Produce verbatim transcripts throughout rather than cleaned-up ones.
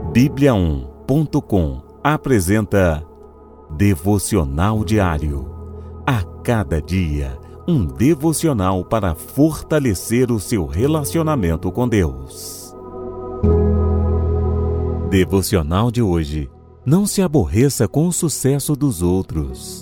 Bíblia um ponto com apresenta Devocional Diário. A cada dia, um devocional para fortalecer o seu relacionamento com Deus. Devocional de hoje. Não se aborreça com o sucesso dos outros.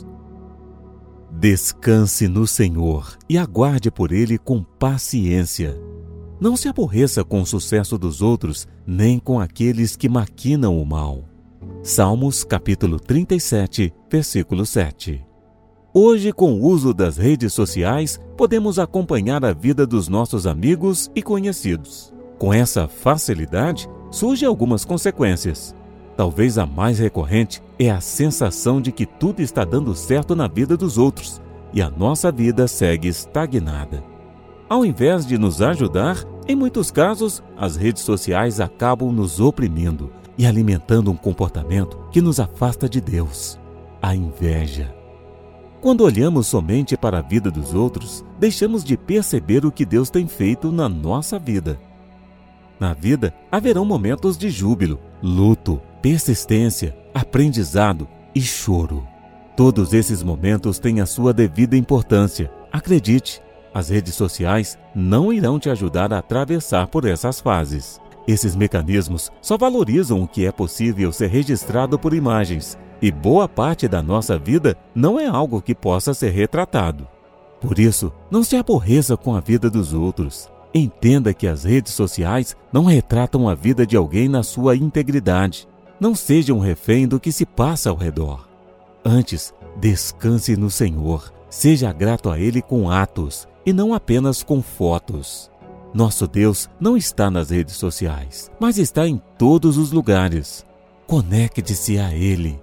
Descanse no Senhor e aguarde por Ele com paciência. Não se aborreça com o sucesso dos outros, nem com aqueles que maquinam o mal. Salmos capítulo trinta e sete, versículo sete. Hoje, com o uso das redes sociais, podemos acompanhar a vida dos nossos amigos e conhecidos. Com essa facilidade, surgem algumas consequências. Talvez a mais recorrente é a sensação de que tudo está dando certo na vida dos outros e a nossa vida segue estagnada. Ao invés de nos ajudar, em muitos casos, as redes sociais acabam nos oprimindo e alimentando um comportamento que nos afasta de Deus, a inveja. Quando olhamos somente para a vida dos outros, deixamos de perceber o que Deus tem feito na nossa vida. Na vida, haverão momentos de júbilo, luto, persistência, aprendizado e choro. Todos esses momentos têm a sua devida importância. Acredite, as redes sociais não irão te ajudar a atravessar por essas fases. Esses mecanismos só valorizam o que é possível ser registrado por imagens, e boa parte da nossa vida não é algo que possa ser retratado. Por isso, não se aborreça com a vida dos outros. Entenda que as redes sociais não retratam a vida de alguém na sua integridade. Não seja um refém do que se passa ao redor. Antes, descanse no Senhor. Seja grato a Ele com atos e não apenas com fotos. Nosso Deus não está nas redes sociais, mas está em todos os lugares. Conecte-se a Ele.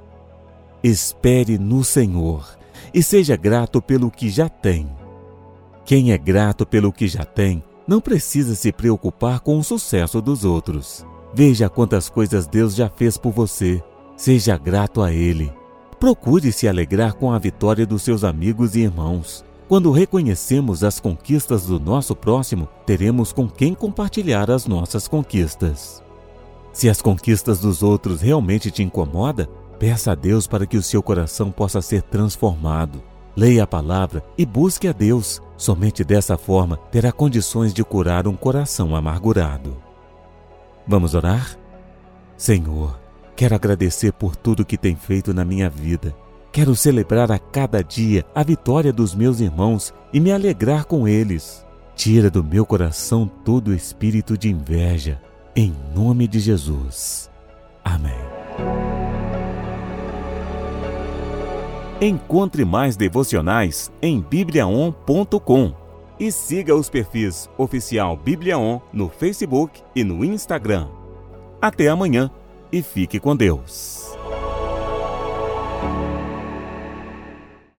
Espere no Senhor e seja grato pelo que já tem. Quem é grato pelo que já tem, não precisa se preocupar com o sucesso dos outros. Veja quantas coisas Deus já fez por você. Seja grato a Ele. Procure se alegrar com a vitória dos seus amigos e irmãos. Quando reconhecemos as conquistas do nosso próximo, teremos com quem compartilhar as nossas conquistas. Se as conquistas dos outros realmente te incomodam, peça a Deus para que o seu coração possa ser transformado. Leia a palavra e busque a Deus. Somente dessa forma terá condições de curar um coração amargurado. Vamos orar? Senhor, quero agradecer por tudo que tem feito na minha vida. Quero celebrar a cada dia a vitória dos meus irmãos e me alegrar com eles. Tira do meu coração todo o espírito de inveja. Em nome de Jesus. Amém. Encontre mais devocionais em Bíblia um ponto com e siga os perfis Oficial Bíblia um no Facebook e no Instagram. Até amanhã e fique com Deus.